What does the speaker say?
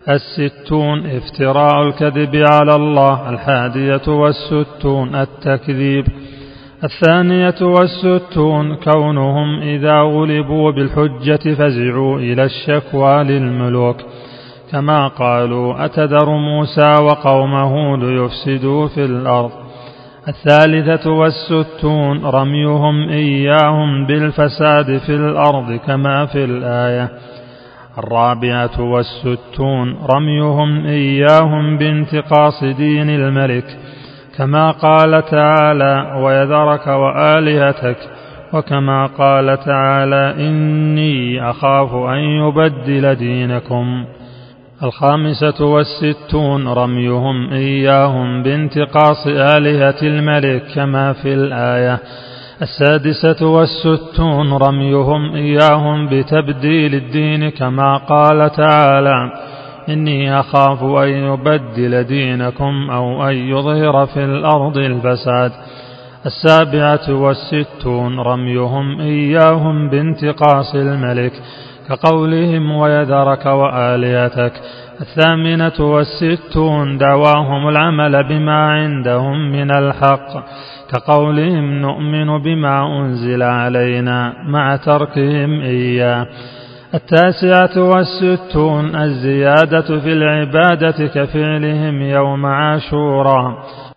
60 افتراء الكذب على الله. 61 التكذيب. 62 كونهم إذا غلبوا بالحجة فزعوا إلى الشكوى للملوك، كما قالوا أتذر موسى وقومه ليفسدوا في الأرض. 63 رميهم إياهم بالفساد في الأرض كما في الآية. 64 رميهم إياهم بانتقاص دين الملك، كما قال تعالى ويذرك وآلهتك، وكما قال تعالى إني أخاف أن يبدل دينكم. 65 رميهم إياهم بانتقاص آلهة الملك كما في الآية. 66 رميهم إياهم بتبديل الدين، كما قال تعالى إني أخاف أن يبدل دينكم أو أن يظهر في الأرض الفساد. 67 رميهم إياهم بانتقاص الملك، كقولهم ويذرك وآلهتك. 68 دعواهم العمل بما عندهم من الحق، كقولهم نؤمن بما أنزل علينا مع تركهم إياه. 69 الزيادة في العبادة كفعلهم يوم عاشوراء.